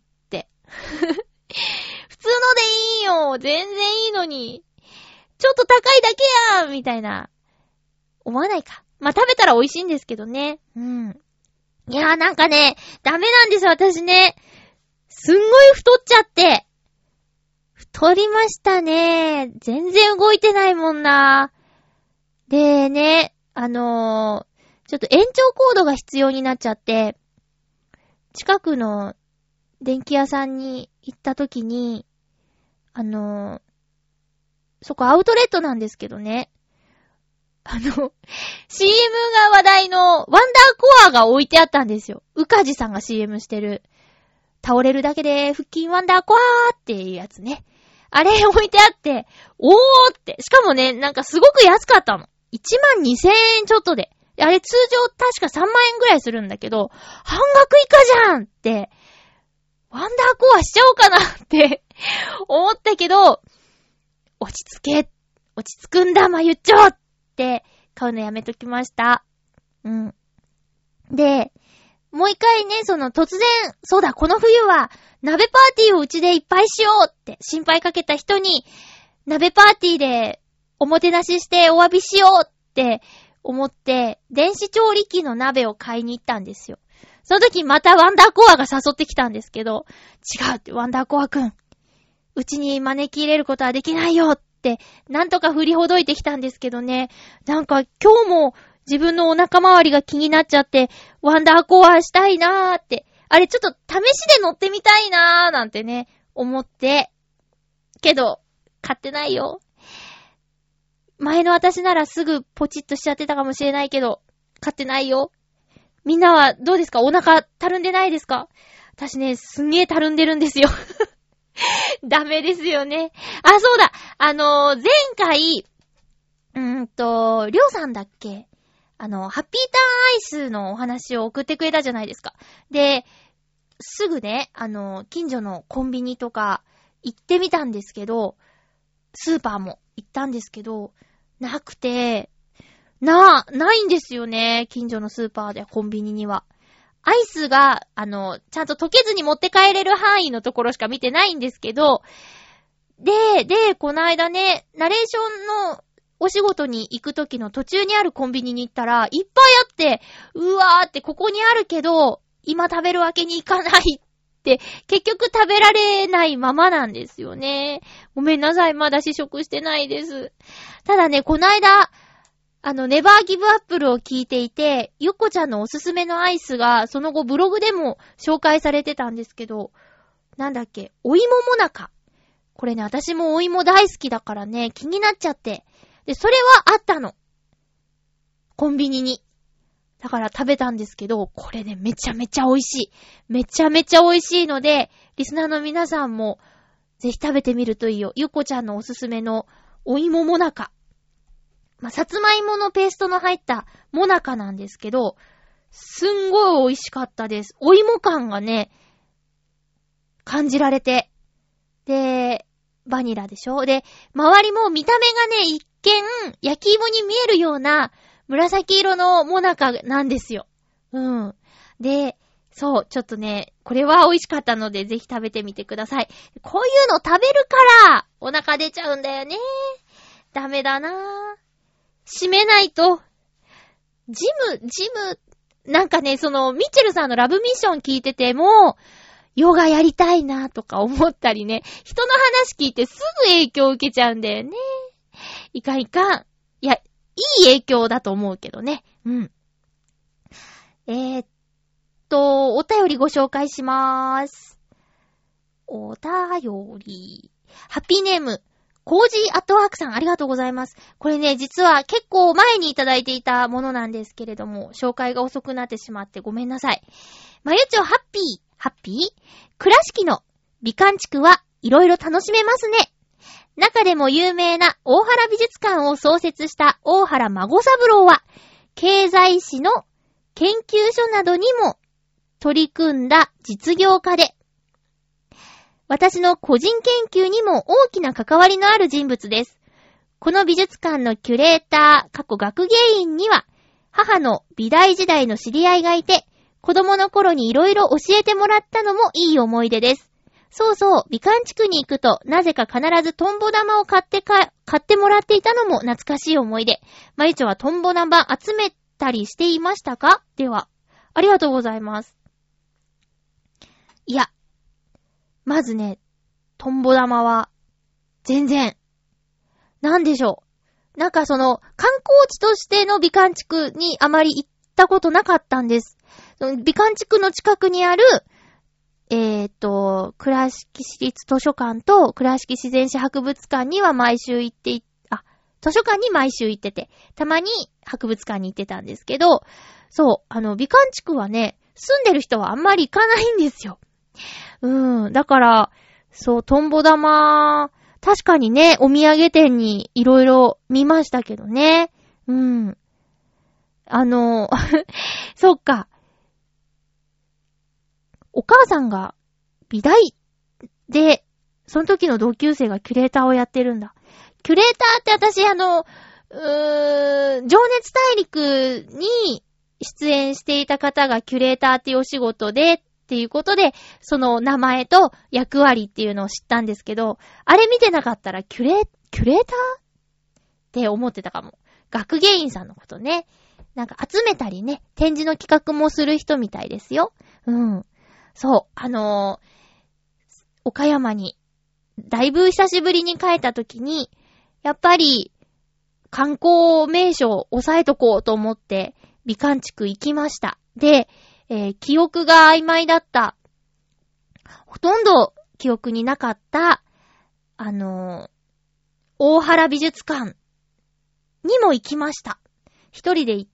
Speaker 1: 普通のでいいよ。全然いいのに。ちょっと高いだけやみたいな。思わないか。まあ、食べたら美味しいんですけどね。うん。いやーなんかね、ダメなんです私ね。すんごい太っちゃって。太りましたね。全然動いてないもんな。でね、あのー、ちょっと延長コードが必要になっちゃって、近くの電気屋さんに行った時に、あのー、そこアウトレットなんですけどね。あの、シーエム が話題のワンダーコアが置いてあったんですよ。うかじさんが シーエム してる。倒れるだけで腹筋ワンダーコアーっていうやつね。あれ置いてあって、おーって。しかもね、なんかすごく安かったの。いちまんにせんえんちょっとで。あれ通常確かさんまんえんぐらいするんだけど、半額以下じゃんって、ワンダーコアしちゃおうかなって思ったけど、落ち着け、落ち着くんだ、まゆっちょって買うのやめときました。うん。で、もう一回ね、その突然、そうだ、この冬は鍋パーティーをうちでいっぱいしようって心配かけた人に、鍋パーティーでおもてなししてお詫びしようって思って、電子調理器の鍋を買いに行ったんですよ。その時またワンダーコアが誘ってきたんですけど、違うって、ワンダーコアくん、うちに招き入れることはできないよって、なんとか振りほどいてきたんですけどね、なんか今日も自分のお腹周りが気になっちゃって、ワンダーコアしたいなーって、あれちょっと試しで乗ってみたいなーなんてね、思って、けど、買ってないよ。前の私ならすぐポチッとしちゃってたかもしれないけど、買ってないよ。みんなはどうですか？お腹たるんでないですか？私ね、すんげーたるんでるんですよ。ダメですよね。あ、そうだ。あのー、前回、うーんと、りょうさんだっけ？あの、ハッピーターンアイスのお話を送ってくれたじゃないですか。で、すぐね、あの、近所のコンビニとか行ってみたんですけど、スーパーも行ったんですけど、なくて、な、ないんですよね。近所のスーパーで、コンビニには。アイスが、あの、ちゃんと溶けずに持って帰れる範囲のところしか見てないんですけど、で、で、この間ね、ナレーションのお仕事に行く時の途中にあるコンビニに行ったら、いっぱいあって、うわーってここにあるけど、今食べるわけにいかないって、結局食べられないままなんですよね。ごめんなさい、まだ試食してないです。ただね、この間、あの、ネバーギブアップルを聞いていて、ゆっこちゃんのおすすめのアイスが、その後ブログでも紹介されてたんですけど、なんだっけ、お芋もなか。これね、私もお芋大好きだからね、気になっちゃって。で、それはあったの。コンビニに。だから食べたんですけど、これね、めちゃめちゃ美味しい。めちゃめちゃ美味しいので、リスナーの皆さんも、ぜひ食べてみるといいよ。ゆっこちゃんのおすすめのお芋もなか。まあ、さつまいものペーストの入ったもなかなんですけど、すんごい美味しかったです。お芋感がね、感じられて。で、バニラでしょ？で、周りも見た目がね、一見、焼き芋に見えるような紫色のもなかなんですよ。うん。で、そう、ちょっとね、これは美味しかったので、ぜひ食べてみてください。こういうの食べるから、お腹出ちゃうんだよね。ダメだなぁ。締めないと。ジム、ジム、なんかね、その、ミッチェルさんのラブミッション聞いてても、ヨガやりたいなとか思ったりね、人の話聞いてすぐ影響を受けちゃうんだよね。いかんいかん。いや、いい影響だと思うけどね。うん。えー、っと、お便りご紹介しまーす。お便り。ハッピーネーム、 コージーアットワークさんありがとうございます。これね、実は結構前にいただいていたものなんですけれども、紹介が遅くなってしまってごめんなさい。まゆちょハッピー、ハッピー倉敷の美観地区はいろいろ楽しめますね。中でも有名な大原美術館を創設した大原孫三郎は、経済史の研究所などにも取り組んだ実業家で、私の個人研究にも大きな関わりのある人物です。この美術館のキュレーター、過去学芸員には、母の美大時代の知り合いがいて、子供の頃にいろいろ教えてもらったのもいい思い出です。そうそう、美観地区に行くと、なぜか必ずトンボ玉を買ってか、買ってもらっていたのも懐かしい思い出。まゆちょはトンボ玉集めたりしていましたか？では、ありがとうございます。いや、まずね、トンボ玉は、全然、なんでしょう。なんかその、観光地としての美観地区にあまり行ったことなかったんです。美観地区の近くにある、えーと、倉敷市立図書館と倉敷自然史博物館には毎週行ってい、あ、図書館に毎週行ってて、たまに博物館に行ってたんですけど、そう、あの、美観地区はね、住んでる人はあんまり行かないんですよ。うん、だから、そう、トンボ玉、確かにね、お土産店にいろいろ見ましたけどね。うん。あの、そっか。お母さんが美大で、その時の同級生がキュレーターをやってるんだ。キュレーターって私、あの、うーん、情熱大陸に出演していた方がキュレーターっていうお仕事で、っていうことで、その名前と役割っていうのを知ったんですけど、あれ見てなかったらキュレ、キュレーターって思ってたかも。学芸員さんのことね。なんか集めたりね、展示の企画もする人みたいですよ。うん。そう、あのー、岡山に、だいぶ久しぶりに帰った時に、やっぱり、観光名所を押さえとこうと思って、美観地区行きました。で、えー、記憶が曖昧だった。ほとんど記憶になかった、あのー、大原美術館にも行きました。一人で行って、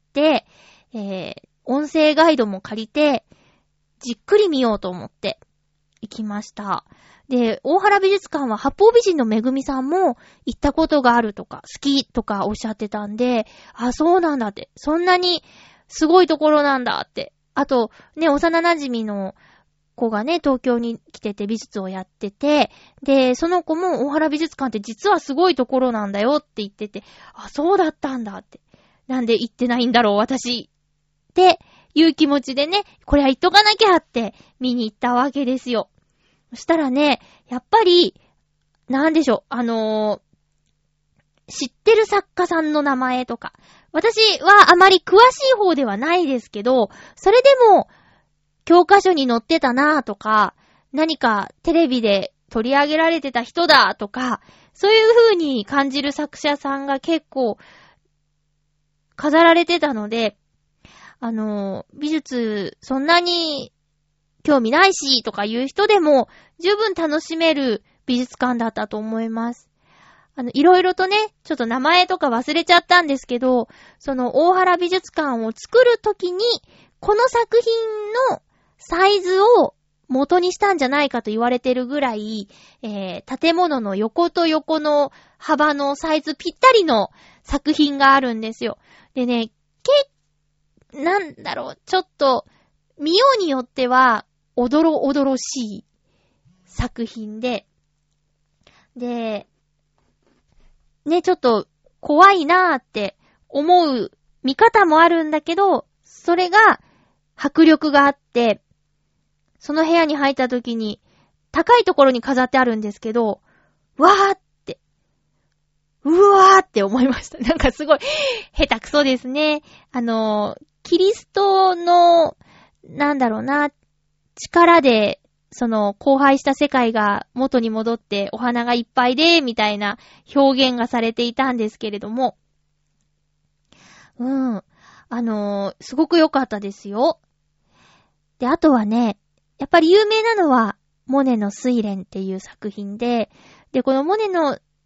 Speaker 1: えー、音声ガイドも借りて、じっくり見ようと思って行きました。で、大原美術館は八方美人のめぐみさんも行ったことがあるとか、好きとかおっしゃってたんで、あ、そうなんだって、そんなにすごいところなんだって。あと、ね、幼馴染の子がね、東京に来てて美術をやってて、で、その子も大原美術館って実はすごいところなんだよって言ってて、あ、そうだったんだって。なんで行ってないんだろう、私。っていう気持ちでね、これは行っとかなきゃって見に行ったわけですよ。そしたらね、やっぱり、なんでしょう、あのー、知ってる作家さんの名前とか、私はあまり詳しい方ではないですけど、それでも教科書に載ってたなとか、何かテレビで取り上げられてた人だとか、そういう風に感じる作者さんが結構飾られてたので、あの、美術そんなに興味ないしとかいう人でも十分楽しめる美術館だったと思います。あの、いろいろとね、ちょっと名前とか忘れちゃったんですけど、その大原美術館を作るときに、この作品のサイズを元にしたんじゃないかと言われてるぐらい、えー、建物の横と横の幅のサイズぴったりの作品があるんですよ。でね、け、なんだろう、ちょっと、見ようによっては、おどろおどろしい作品で、で、ね、ちょっと怖いなーって思う見方もあるんだけど、それが迫力があって、その部屋に入った時に高いところに飾ってあるんですけど、わーって、うわーって思いました。なんかすごい下手くそですね。あの、キリストの、なんだろうな、力で、その荒廃した世界が元に戻ってお花がいっぱいでみたいな表現がされていたんですけれども、うん、あのー、すごく良かったですよ。で、あとはね、やっぱり有名なのはモネの睡蓮っていう作品で、で、このモネの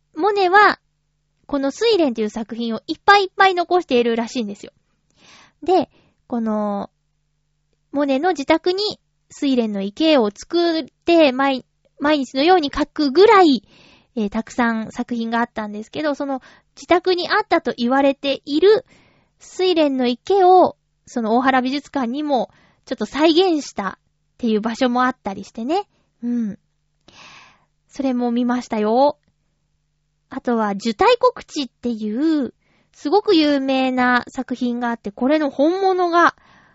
Speaker 1: モネは、この睡蓮という作品をいっぱいいっぱい残しているらしいんですよ。で、この、モネの自宅に睡蓮の池を作って、毎、毎日のように描くぐらい、えー、たくさん作品があったんですけど、その自宅にあったと言われている睡蓮の池を、その大原美術館にもちょっと再現したっていう場所もあったりしてね。うん。それも見ましたよ。あとは、受胎告知っていう、すごく有名な作品があって、これの本物が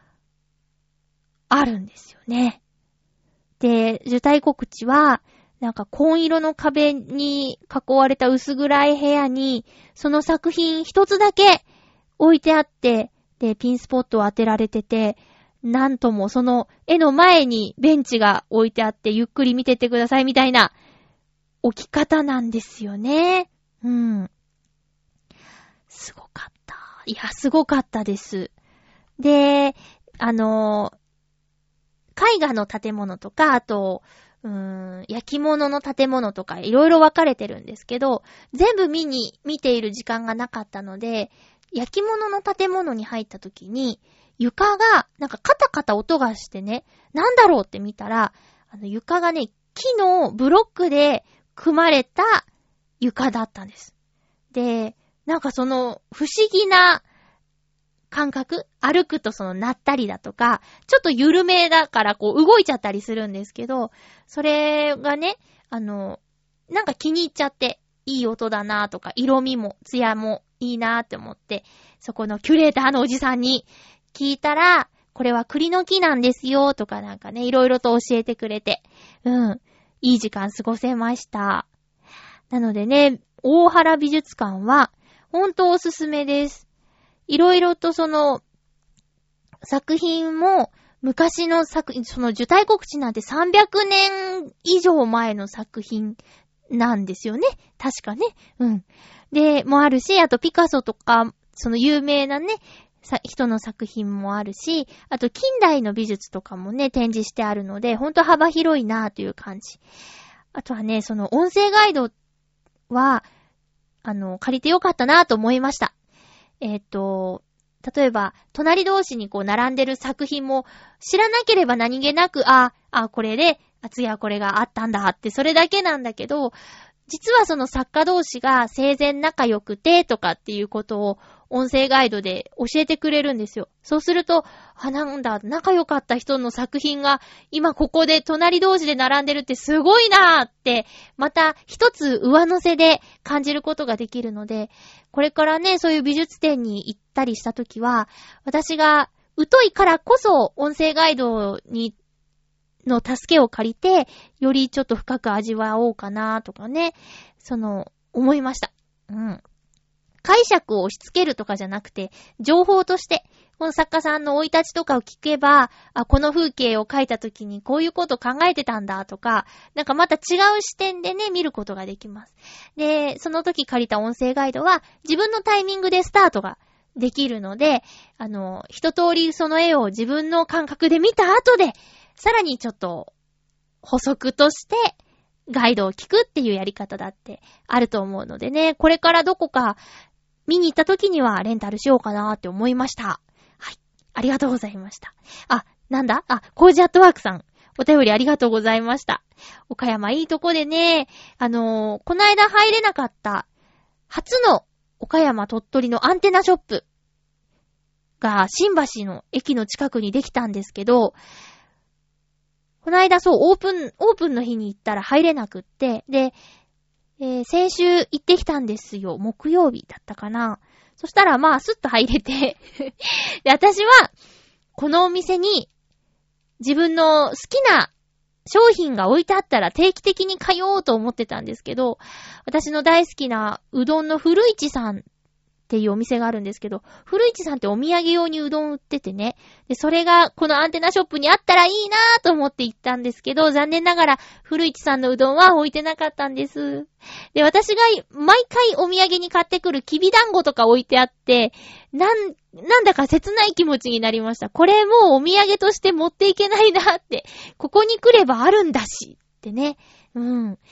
Speaker 1: あるんですよね。で、受胎告知は、なんか紺色の壁に囲われた薄暗い部屋に、その作品一つだけ置いてあって、で、ピンスポットを当てられてて、なんともその絵の前にベンチが置いてあって、ゆっくり見てってくださいみたいな置き方なんですよね。うん。すごかった。いや、すごかったです。で、あの、絵画の建物とか、あと、うーん、焼き物の建物とかいろいろ分かれてるんですけど、全部見に、見ている時間がなかったので、焼き物の建物に入った時に、床がなんかカタカタ音がしてね、なんだろうって見たら、あの床がね、木のブロックで組まれた床だったんです。で、なんかその不思議な感覚、歩くとその鳴ったりだとか、ちょっと緩めだからこう動いちゃったりするんですけど、それがね、あの、なんか気に入っちゃって、いい音だなとか、色味も艶もいいなって思って、そこのキュレーターのおじさんに聞いたら、これは栗の木なんですよとかなんかね、いろいろと教えてくれて、うん、いい時間過ごせました。なのでね、大原美術館は、ほんとおすすめです。いろいろとその、作品も、昔の作品、その受胎告知なんてさんびゃくねん以上前の作品なんですよね。確かね。うん。で、もあるし、あとピカソとか、その有名なね、人の作品もあるし、あと近代の美術とかもね、展示してあるので、ほんと幅広いなという感じ。あとはね、その音声ガイドは、あの、借りてよかったなと思いました。えっと、例えば、隣同士にこう並んでる作品も知らなければ何気なく、あ、あ、これで、あ、次はこれがあったんだって、それだけなんだけど、実はその作家同士が生前仲良くてとかっていうことを音声ガイドで教えてくれるんですよ。そうすると、あ、なんだ、仲良かった人の作品が今ここで隣同士で並んでるってすごいなーって、また一つ上乗せで感じることができるので、これからね、そういう美術展に行ったりしたときは、私が疎いからこそ音声ガイドにの助けを借りて、よりちょっと深く味わおうかなとかね、その、思いました。うん。解釈を押し付けるとかじゃなくて、情報として、この作家さんの生い立ちとかを聞けば、あ、この風景を描いた時にこういうこと考えてたんだとか、なんかまた違う視点でね、見ることができます。で、その時借りた音声ガイドは、自分のタイミングでスタートができるので、あの、一通りその絵を自分の感覚で見た後で、さらにちょっと補足としてガイドを聞くっていうやり方だってあると思うのでね、これからどこか見に行った時にはレンタルしようかなって思いました。はい。ありがとうございました。あ、なんだ？あ、コージアットワークさん。お便りありがとうございました。岡山いいとこでね、あのー、この間入れなかった初の岡山鳥取のアンテナショップが新橋の駅の近くにできたんですけど、この間そう、オープン、オープンの日に行ったら入れなくって、で、えー、先週行ってきたんですよ。木曜日だったかな。そしたらまあ、スッと入れて、で、私は、このお店に、自分の好きな商品が置いてあったら定期的に通おうと思ってたんですけど、私の大好きなうどんの古市さんっていうお店があるんですけど、古市さんってお土産用にうどん売っててね。で、それがこのアンテナショップにあったらいいなぁと思って行ったんですけど、残念ながら古市さんのうどんは置いてなかったんです。で、私が毎回お土産に買ってくるきびだんごとか置いてあって、なん、なんだか切ない気持ちになりました。これもうお土産として持っていけないなって。ここに来ればあるんだし。ってね。うん。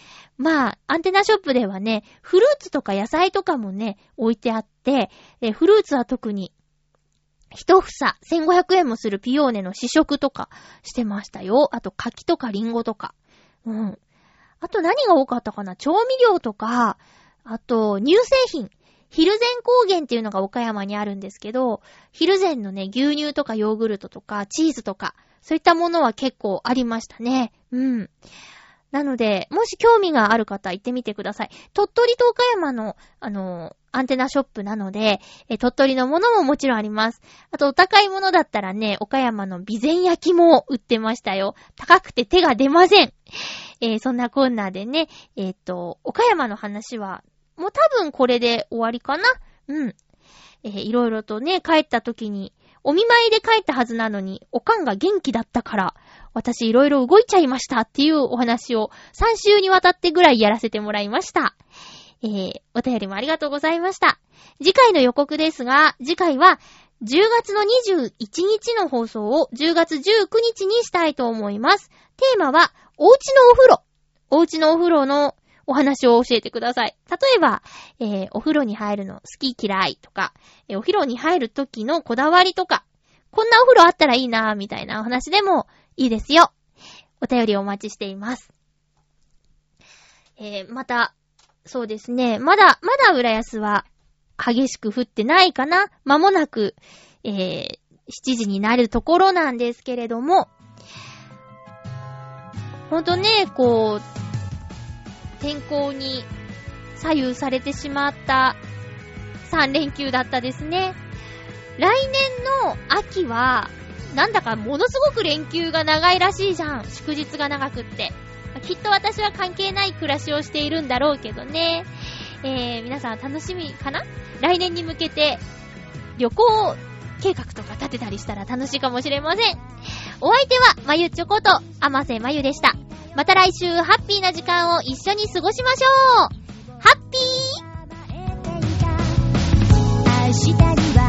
Speaker 1: まあ、アンテナショップではね、フルーツとか野菜とかもね、置いてあって、えフルーツは特に、一房せんごひゃくえんもするピオーネの試食とかしてましたよ。あと柿とかリンゴとか。うん。あと何が多かったかな？調味料とか、あと乳製品。ヒルゼン高原っていうのが岡山にあるんですけど、ヒルゼンのね、牛乳とかヨーグルトとかチーズとか、そういったものは結構ありましたね。うん。なので、もし興味がある方行ってみてください。鳥取と岡山の、あのー、アンテナショップなので、え、鳥取のものももちろんあります。あと、お高いものだったらね、岡山の備前焼きも売ってましたよ。高くて手が出ません。えー、そんなこんなでね、えっと、岡山の話は、もう多分これで終わりかな？うん。えー、いろいろとね、帰った時に、お見舞いで帰ったはずなのに、おかんが元気だったから、私いろいろ動いちゃいましたっていうお話をさん週にわたってぐらいやらせてもらいました。えー、お便りもありがとうございました。次回の予告ですが、次回はじゅうがつのにじゅういちにちの放送をじゅうがつじゅうくにちにしたいと思います。テーマは、おうちのお風呂。おうちのお風呂のお話を教えてください。例えば、えー、お風呂に入るの好き嫌いとか、えー、お風呂に入る時のこだわりとか、こんなお風呂あったらいいなーみたいなお話でもいいですよ。お便りお待ちしています。えー、また、そうですね。まだ、まだ浦安は激しく降ってないかな。間もなく、えー、しちじになるところなんですけれども、ほんとね、こう、天候に左右されてしまったさん連休だったですね。来年の秋は、なんだかものすごく連休が長いらしいじゃん。祝日が長くって。きっと私は関係ない暮らしをしているんだろうけどね。えー、皆さん楽しみかな？来年に向けて旅行計画とか立てたりしたら楽しいかもしれません。お相手はまゆちょこと甘瀬まゆでした。また来週ハッピーな時間を一緒に過ごしましょう。ハッピー。明日には